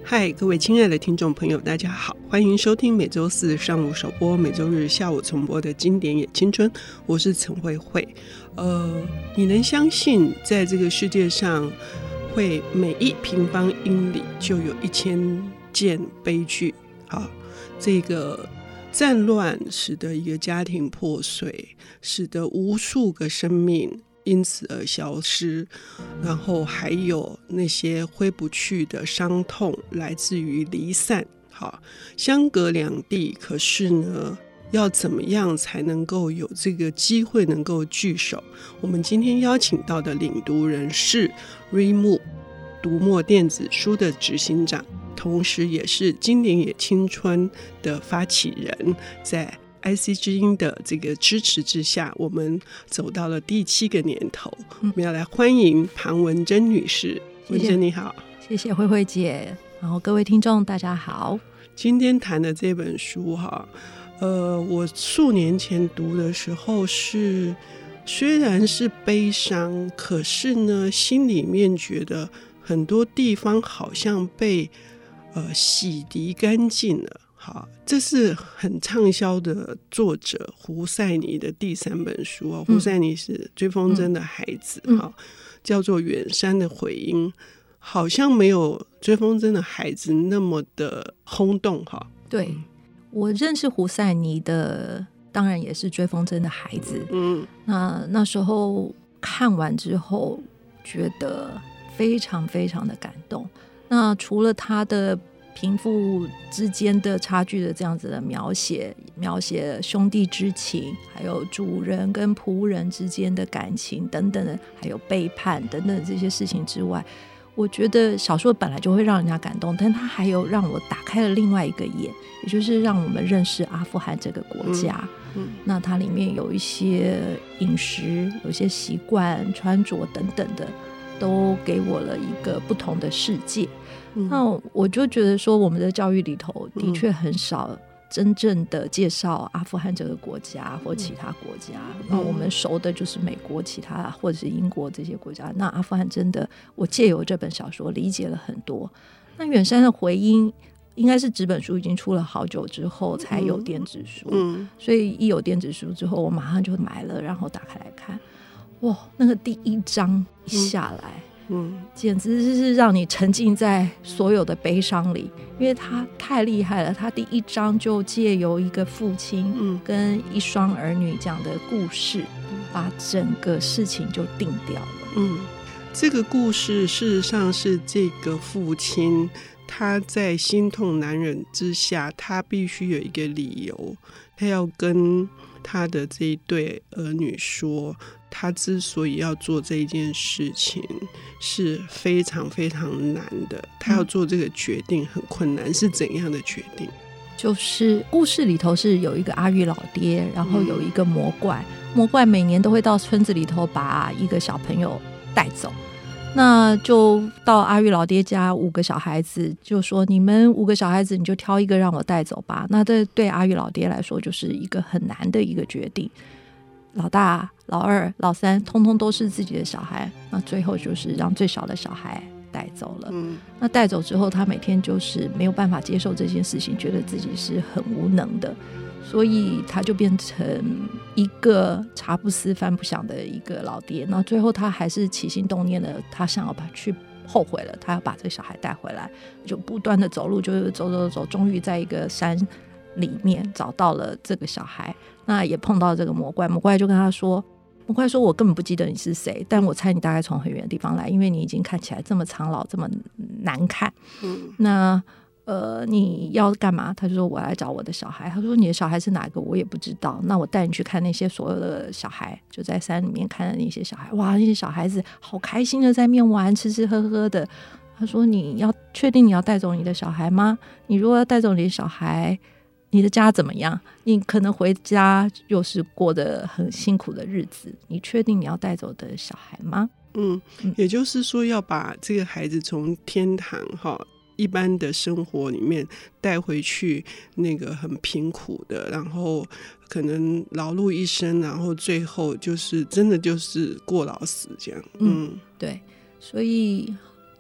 嗨，各位亲爱的听众朋友，大家好，欢迎收听每周四上午首播、每周日下午重播的经典也青春，我是陈慧慧。你能相信在这个世界上会每1平方英里就有1000件悲剧？好，这个战乱使得一个家庭破碎，使得无数个生命因此而消失，然后还有那些挥不去的伤痛来自于离散。好，相隔两地，可是呢要怎么样才能够有这个机会能够聚首？我们今天邀请到的领读人是 Readmoo 读墨电子书的执行长，同时也是经典也青春的发起人。在IC 之音的这个支持之下，我们走到了第7个年头。我们要来欢迎庞文珍女士。文珍你好。 谢谢慧慧姐，然后各位听众大家好。 今天谈的这本书我数年前读的时候虽然是悲伤，可是呢心里面觉得很多地方好像被洗涤干净了。好，这是很畅销的作者胡塞尼的第3本书胡塞尼是追风筝的孩子叫做《远山的回音》，好像没有追风筝的孩子那么的轰动对，我认识胡塞尼的当然也是追风筝的孩子。那时候看完之后觉得非常非常的感动。那除了他的贫富之间的差距的这样子的描写兄弟之情，还有主人跟仆人之间的感情等等的，还有背叛等等这些事情之外，我觉得小说本来就会让人家感动，但它还有让我打开了另外一个眼，也就是让我们认识阿富汗这个国家。那它里面有一些饮食，有一些习惯穿着等等的，都给我了一个不同的世界。那我就觉得说，我们的教育里头的确很少真正的介绍阿富汗这个国家或其他国家。那我们熟的就是美国其他或者是英国这些国家，那阿富汗真的我借由这本小说理解了很多。那远山的回音应该是纸本书已经出了好久之后才有电子书，所以一有电子书之后我马上就买了，然后打开来看。哇，那个第1章一下来简直是让你沉浸在所有的悲伤里，因为他太厉害了。他第1章就借由一个父亲跟一双儿女这样的故事，把整个事情就定掉了。 这个故事事实上是这个父亲他在心痛难忍之下，他必须有一个理由，他要跟他的这一对儿女说，他之所以要做这一件事情是非常非常难的，他要做这个决定很困难。是怎样的决定？ 就是故事里头是有一个阿育老爹，然后有一个魔怪，魔怪每年都会到村子里头把一个小朋友带走。那就到阿育老爹家，5个小孩子就说，你们5个小孩子你就挑一个让我带走吧。那这对阿育老爹来说就是一个很难的一个决定，老大老二老三通通都是自己的小孩，那最后就是让最小的小孩带走了。那带走之后他每天就是没有办法接受这件事情，觉得自己是很无能的，所以他就变成一个茶不思饭不想的一个老爹。那最后他还是起心动念的，他想要后悔了，他要把这个小孩带回来，就不断的走路，就是走，终于在一个山里面找到了这个小孩。那也碰到这个魔怪，魔怪就跟他说，魔怪说我根本不记得你是谁，但我猜你大概从很远的地方来，因为你已经看起来这么苍老这么难看。那你要干嘛？他就说我来找我的小孩。他说你的小孩是哪个？我也不知道。那我带你去看那些所有的小孩，就在山里面看的那些小孩。哇，那些小孩子好开心的在面玩，吃吃喝喝的。他说你要确定你要带走你的小孩吗？你如果要带走你的小孩，你的家怎么样？你可能回家又是过得很辛苦的日子，你确定你要带走的小孩吗？ 也就是说要把这个孩子从天堂一般的生活里面带回去那个很贫苦的，然后可能劳碌一生，然后最后就是真的就是过劳死这样。 对，所以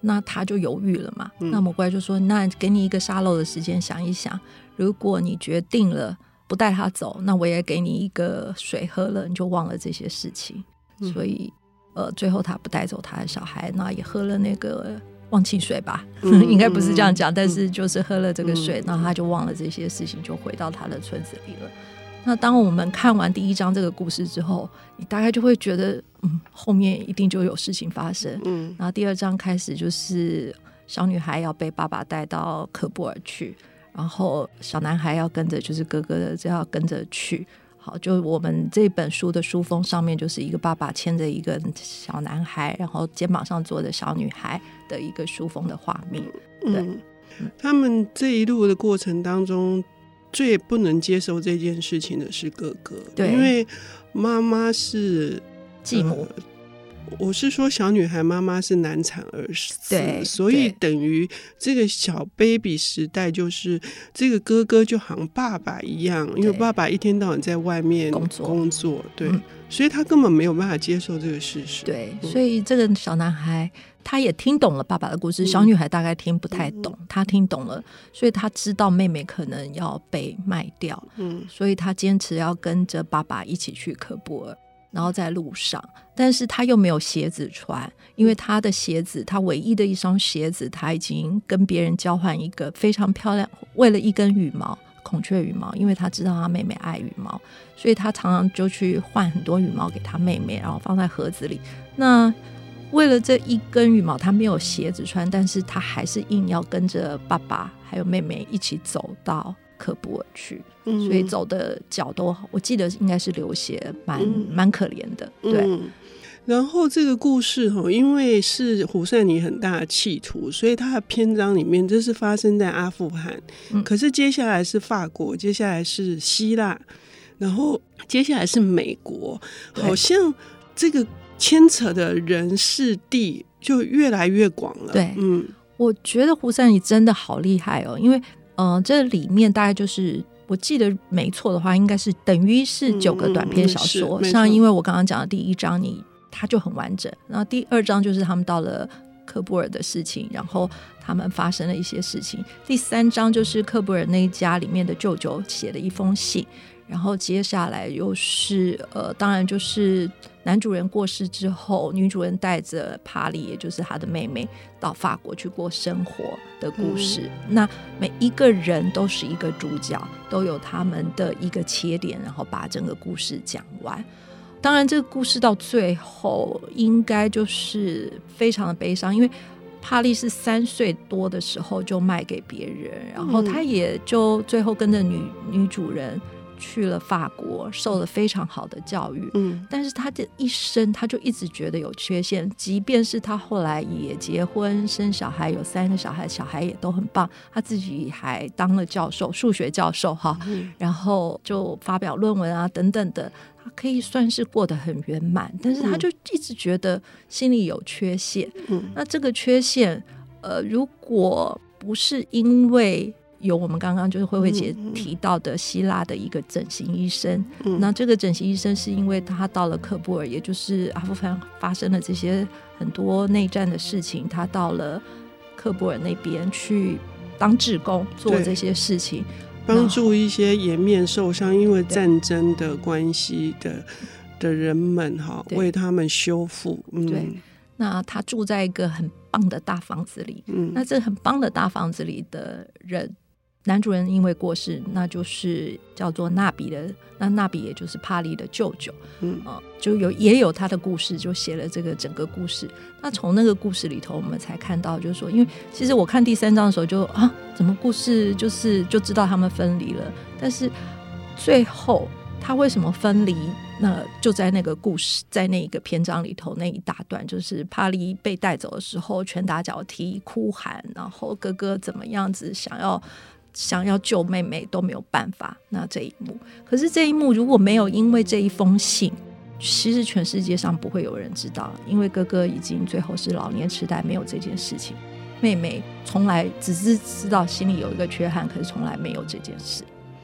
那他就犹豫了嘛，那魔怪就说那给你一个沙漏的时间想一想，如果你决定了不带他走，那我也给你一个水喝了，你就忘了这些事情。所以最后他不带走他的小孩，那也喝了那个忘气水吧，应该不是这样讲，但是就是喝了这个水，那他就忘了这些事情，就回到他的村子里了。那当我们看完第一章这个故事之后，你大概就会觉得后面一定就有事情发生。然后第二章开始就是小女孩要被爸爸带到科布尔去，然后小男孩要跟着，就是哥哥的就要跟着去。好，就我们这本书的书封上面就是一个爸爸牵着一个小男孩，然后肩膀上坐着小女孩的一个书封的画面。对， 他们这一路的过程当中，最不能接受这件事情的是哥哥，对，因为妈妈是继母。 我是说小女孩妈妈是难产而死，对，所以等于这个小 baby 时代就是这个哥哥就好像爸爸一样，因为爸爸一天到晚在外面工作，对，所以他根本没有办法接受这个事实。 对，所以这个小男孩他也听懂了爸爸的故事，小女孩大概听不太懂，他听懂了，所以他知道妹妹可能要被卖掉，所以他坚持要跟着爸爸一起去科布尔。然后在路上，但是他又没有鞋子穿，因为他的鞋子，他唯一的一双鞋子，他已经跟别人交换一个非常漂亮，为了一根羽毛，孔雀羽毛，因为他知道他妹妹爱羽毛，所以他常常就去换很多羽毛给他妹妹，然后放在盒子里。那为了这一根羽毛，他没有鞋子穿，但是他还是硬要跟着爸爸还有妹妹一起走到科布尔去，所以走的脚都，我记得应该是流血，蛮可怜的。对， 然后这个故事因为是胡赛尼很大的企图，所以他的篇章里面这是发生在阿富汗，可是接下来是法国，接下来是希腊，然后接下来是美国，好像这个牵扯的人事地就越来越广了。 对，我觉得胡赛尼真的好厉害哦，因为这里面大概就是我记得没错的话，应该是等于是9个短篇小说，像因为我刚刚讲的第一章它就很完整，然后第二章就是他们到了科布尔的事情，然后他们发生了一些事情，第三章就是科布尔那一家里面的舅舅写了一封信，然后接下来又是当然就是男主人过世之后，女主人带着帕莉，也就是她的妹妹到法国去过生活的故事。那每一个人都是一个主角，都有他们的一个切点，然后把整个故事讲完。当然这个故事到最后应该就是非常的悲伤，因为帕莉是3岁多的时候就卖给别人，然后她也就最后跟着女主人去了法国，受了非常好的教育，但是他的一生他就一直觉得有缺陷，即便是他后来也结婚生小孩，有3个小孩，小孩也都很棒，他自己还当了教授，数学教授哈，然后就发表论文啊等等的，他可以算是过得很圆满，但是他就一直觉得心里有缺陷，那这个缺陷如果不是因为有我们刚刚就是慧慧姐提到的希腊的一个整形医生，那这个整形医生是因为他到了科布尔，也就是阿富汗发生了这些很多内战的事情，他到了科布尔那边去当志工做这些事情， 帮助一些颜面受伤因为战争的关系的人们为他们修复。 对，那他住在一个很棒的大房子里，那这很棒的大房子里的人，男主人因为过世，那就是叫做纳比的，那纳比也就是帕莉的舅舅，就也有他的故事，就写了这个整个故事。那从那个故事里头我们才看到，就是说因为其实我看第3章的时候就怎么故事就知道他们分离了，但是最后他为什么分离，那就在那个故事，在那个篇章里头那一大段，就是帕莉被带走的时候拳打脚踢哭喊，然后哥哥怎么样子想要救妹妹都没有办法，那这一幕，可是这一幕如果没有因为这一封信，其实全世界上不会有人知道，因为哥哥已经最后是老年痴呆，没有这件事情，妹妹从来只是知道心里有一个缺憾，可是从来没有这件事。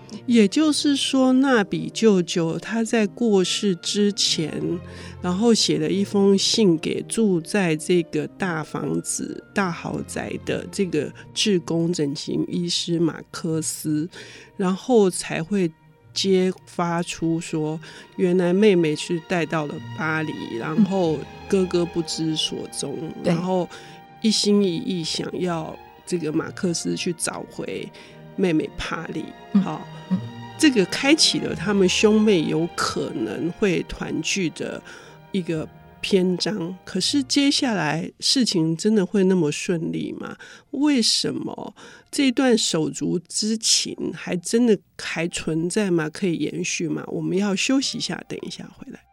也就是说，那比舅舅他在过世之前，然后写了一封信给住在这个大房子大豪宅的这个志工整形医师马克思，然后才会揭发出说原来妹妹是带到了巴黎，然后哥哥不知所踪，然后一心一意想要这个马克思去找回妹妹帕莉。好，这个开启了他们兄妹有可能会团聚的一个篇章。可是接下来事情真的会那么顺利吗？为什么这段手足之情还真的还存在吗？可以延续吗？我们要休息一下，等一下回来。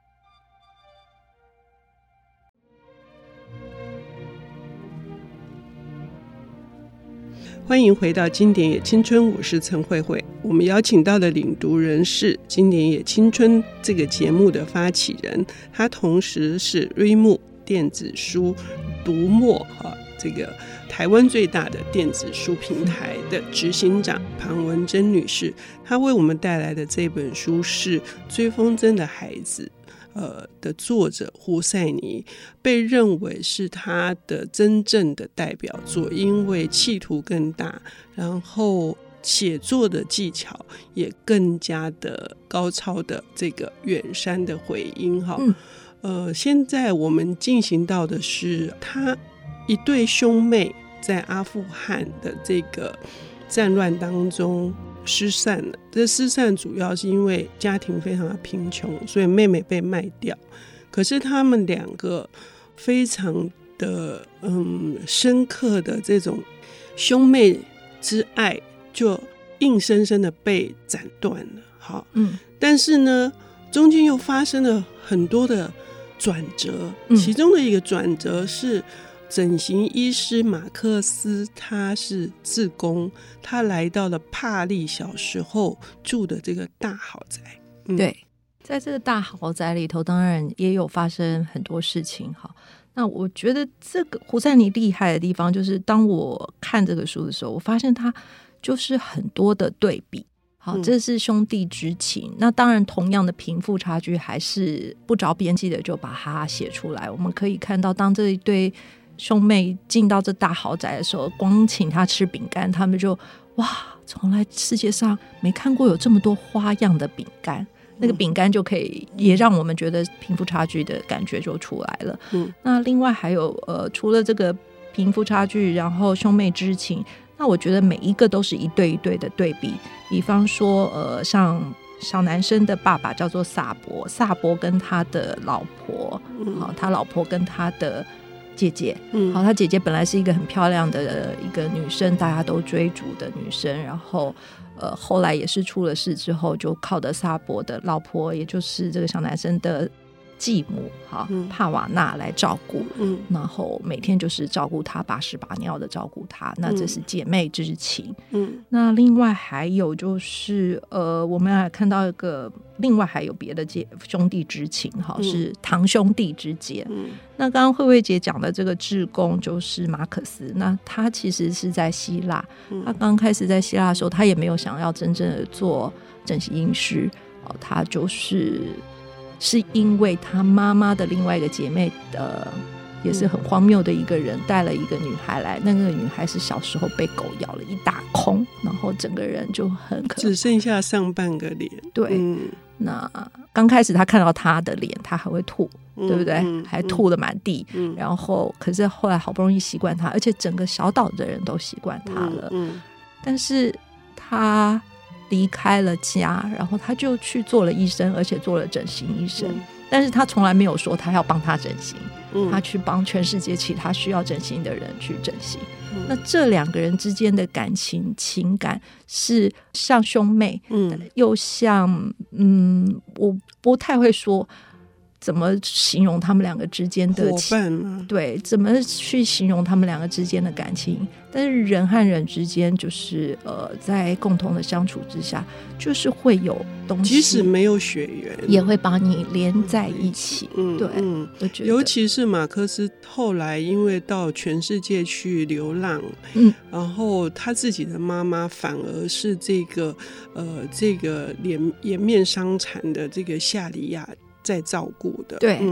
欢迎回到经典也青春，我是陈慧慧。我们邀请到的领读人是经典也青春这个节目的发起人，他同时是瑞木电子书读墨这个台湾最大的电子书平台的执行长庞文珍女士。她为我们带来的这本书是追风筝的孩子的作者胡赛尼，被认为是他的真正的代表作，因为企图更大，然后写作的技巧也更加的高超的这个远山的回音。现在我们进行到的是他一对兄妹在阿富汗的这个战乱当中失散了。这失散主要是因为家庭非常的贫穷，所以妹妹被卖掉。可是他们两个非常的深刻的这种兄妹之爱就硬生生的被斩断了。但是呢，中间又发生了很多的转折，其中的一个转折是整形医师马克思，他是志工，他来到了帕莉小时候住的这个大豪宅。 对，在这个大豪宅里头当然也有发生很多事情。那我觉得这个胡赛尼厉害的地方就是当我看这个书的时候，我发现他就是很多的对比。这是兄弟之情，那当然同样的贫富差距还是不着边际的就把它写出来。我们可以看到当这一对兄妹进到这大豪宅的时候，光请他吃饼干，他们就哇，从来世界上没看过有这么多花样的饼干。那个饼干就可以也让我们觉得贫富差距的感觉就出来了。那另外还有除了这个贫富差距，然后兄妹之情，那我觉得每一个都是一对一对的对比。比方说像小男生的爸爸叫做萨博，萨博跟他的老婆，他老婆跟他的姐姐，他姐姐本来是一个很漂亮的一个女生，大家都追逐的女生，然后后来也是出了事之后，就靠着萨博的老婆，也就是这个小男生的继母帕瓦纳来照顾，然后每天就是照顾他，把屎把尿的照顾他，那这是姐妹之情。那另外还有就是我们还看到一个另外还有别的兄弟之情，是堂兄弟之间。那刚刚慧慧姐讲的这个志工就是马可斯，那他其实是在希腊，他刚开始在希腊的时候，他也没有想要真正的做整形医师，他是因为他妈妈的另外一个姐妹也是很荒谬的一个人带了一个女孩来，那个女孩是小时候被狗咬了一大空，然后整个人就很可怕， 只剩下上半个脸。 对，那刚开始他看到她的脸他还会吐，对不对？还吐得满地，然后可是后来好不容易习惯她，而且整个小岛的人都习惯她了。但是他离开了家，然后他就去做了医生，而且做了整形医生。但是他从来没有说他要帮他整形，他去帮全世界其他需要整形的人去整形。那这两个人之间的感情情感是像兄妹，又像我不太会说怎么形容他们两个之间的伙伴吗？ 对，怎么去形容他们两个之间的感情？但是人和人之间，就是在共同的相处之下，就是会有东西， 即使没有血缘， 也会把你连在一起。对，我觉得， 尤其是马克思后来因为到全世界去流浪，然后他自己的妈妈反而是这个颜面伤残的这个夏里亚在照顾的。 对，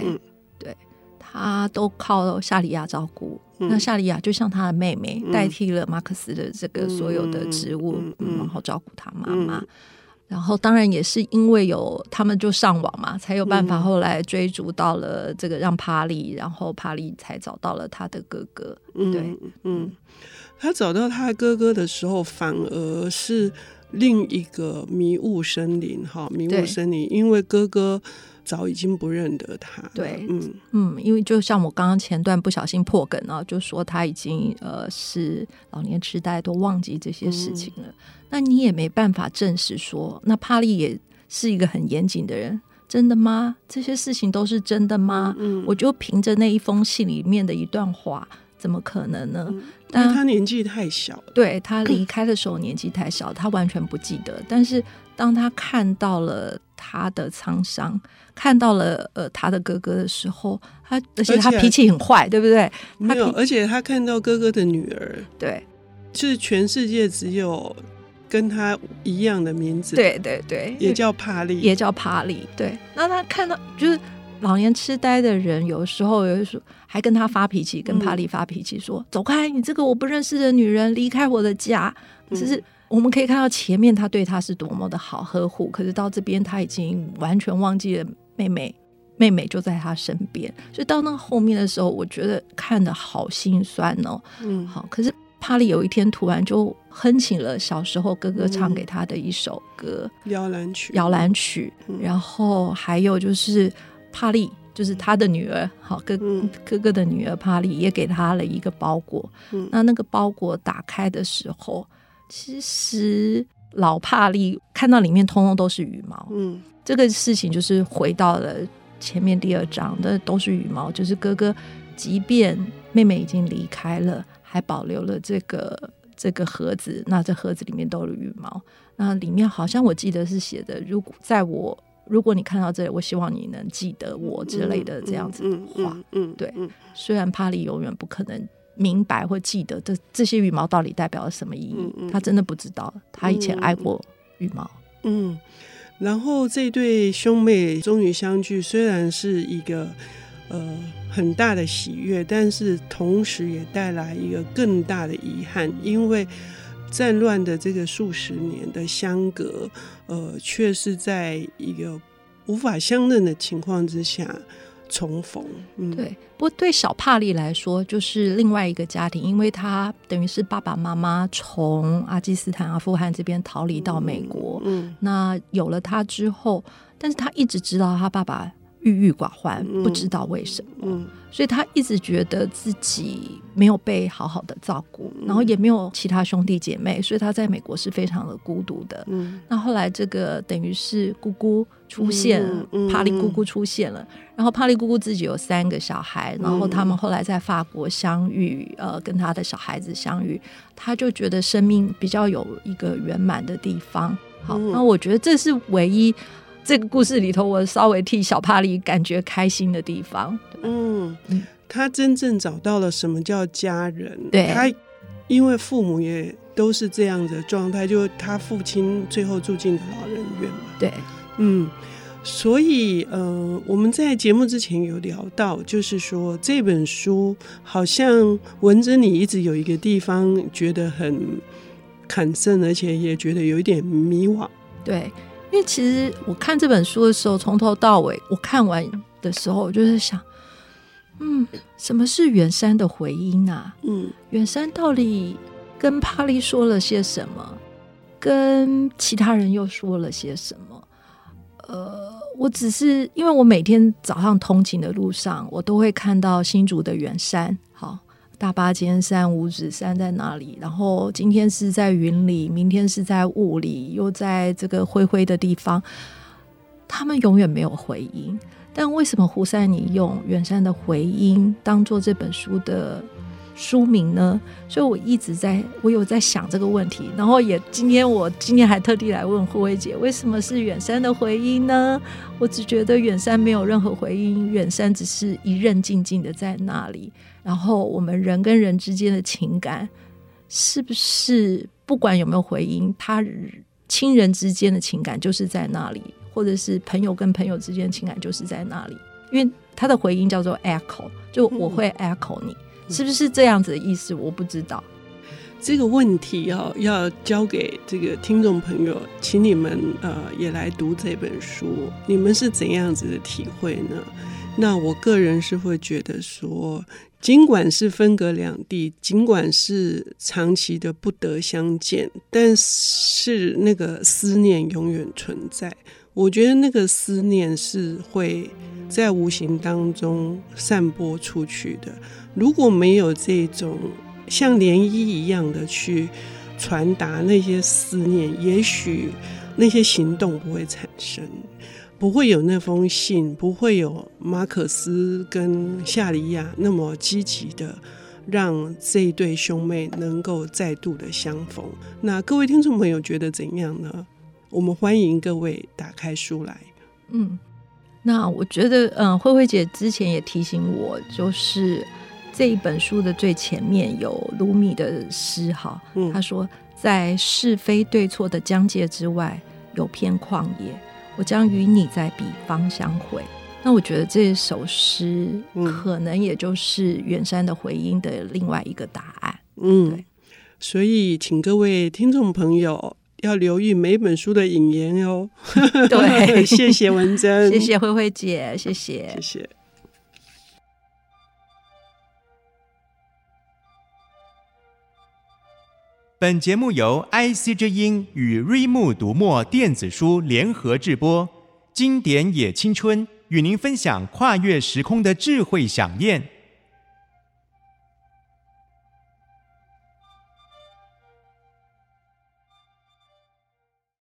他都靠夏里亚照顾。那夏里亚就像他的妹妹，代替了马克思的这个所有的职务，然后照顾他妈妈。然后当然也是因为有他们就上网嘛，才有办法后来追逐到了这个让帕利，然后帕利才找到了他的哥哥。对， 他找到他的哥哥的时候，反而是另一个迷雾森林，因为哥哥早已经不认得他。 对，因为就像我刚刚前段不小心破梗啊，就说他已经是老年痴呆，都忘记这些事情了。那你也没办法证实说，那帕利也是一个很严谨的人，真的吗？这些事情都是真的吗？我就凭着那一封信里面的一段话，怎么可能呢？ 因为他年纪太小了， 对，他离开的时候年纪太小，他完全不记得。但是当他看到了他的沧桑，看到了他的哥哥的时候，而且他脾气很坏，对不对？ 没有，而且他看到哥哥的女儿， 对， 是全世界只有跟他一样的名字， 对， 也叫帕利， 对。那他看到就是老年痴呆的人，有时候还跟他发脾气，跟帕利发脾气说，走开，你这个我不认识的女人，离开我的家。就是我们可以看到前面他对他是多么的好呵护，可是到这边他已经完全忘记了妹妹就在他身边，所以到那个后面的时候，我觉得看得好心酸哦。好，可是帕利有一天突然就哼起了小时候哥哥唱给他的一首歌， 摇篮曲， 然后还有就是帕利，就是他的女儿，好，哥哥的女儿帕利也给他了一个包裹。那个包裹打开的时候，其实老帕利看到里面通通都是羽毛。这个事情就是回到了前面第2章的，都是羽毛，就是哥哥即便妹妹已经离开了，还保留了这个盒子，那这盒子里面都有羽毛。那里面好像我记得是写的，如果你看到这里，我希望你能记得我之类的这样子的话。对，虽然帕利永远不可能明白或记得这些羽毛到底代表了什么意义，他真的不知道，他以前爱过羽毛。 然后这对兄妹终于相聚，虽然是一个很大的喜悦，但是同时也带来一个更大的遗憾，因为战乱的这个数十年的相隔，却是在一个无法相认的情况之下重逢。 对，不过对小帕利来说就是另外一个家庭，因为他等于是爸爸妈妈从阿基斯坦阿富汗这边逃离到美国。那有了他之后，但是他一直知道他爸爸郁郁寡欢，不知道为什么。所以他一直觉得自己没有被好好的照顾，然后也没有其他兄弟姐妹，所以他在美国是非常的孤独的。那后来这个等于是姑姑出现了，帕利姑姑出现了，然后帕利姑姑自己有3个小孩，然后他们后来在法国相遇，跟他的小孩子相遇，他就觉得生命比较有一个圆满的地方。好，那我觉得这是唯一这个故事里头我稍微替小帕利感觉开心的地方。 他真正找到了什么叫家人。 对， 他因为父母也都是这样的状态，就他父亲最后住进了老人院嘛。 对， 所以我们在节目之前有聊到，就是说这本书好像文珍你一直有一个地方觉得很concern，而且也觉得有一点迷惘。 对，因为其实我看这本书的时候，从头到尾我看完的时候，我就在想，什么是远山的回音啊？远山到底跟帕利说了些什么？跟其他人又说了些什么？我只是因为我每天早上通勤的路上，我都会看到新竹的远山，好，大巴尖山、五指山在哪里？然后今天是在云里，明天是在雾里，又在这个灰灰的地方，他们永远没有回音。 但为什么胡赛尼用远山的回音当做这本书的书名呢？所以我有在想这个问题，然后今天还特地来问慧慧姐，为什么是远山的回音呢？我只觉得远山没有任何回音，远山只是一任静静的在那里，然后我们人跟人之间的情感是不是不管有没有回音，他亲人之间的情感就是在那里，或者是朋友跟朋友之间的情感就是在那里，因为他的回音叫做 echo， 就我会 echo 你，是不是这样子的意思？我不知道。 这个问题要交给这个听众朋友，请你们也来读这本书，你们是怎样子的体会呢？那我个人是会觉得说，尽管是分隔两地，尽管是长期的不得相见，但是那个思念永远存在。我觉得那个思念是会在无形当中散播出去的。如果没有这种像涟漪一样的去传达那些思念，也许那些行动不会产生，不会有那封信，不会有马可斯跟夏利亚那么积极的让这一对兄妹能够再度的相逢。那各位听众朋友觉得怎样呢？我们欢迎各位打开书来。 那我觉得慧慧姐之前也提醒我，就是这一本书的最前面有鲁米的诗哈，他说在是非对错的疆界之外有片旷野，我将与你在彼方相会。那我觉得这首诗可能也就是远山的回音的另外一个答案。对， 所以请各位听众朋友要留意每本书的引言哦。对，谢谢文珍， 谢谢慧慧姐，谢谢， 谢谢。 本节目由 IC 之音与瑞木读墨电子书联合制播，经典也青春与您分享跨越时空的智慧饗宴。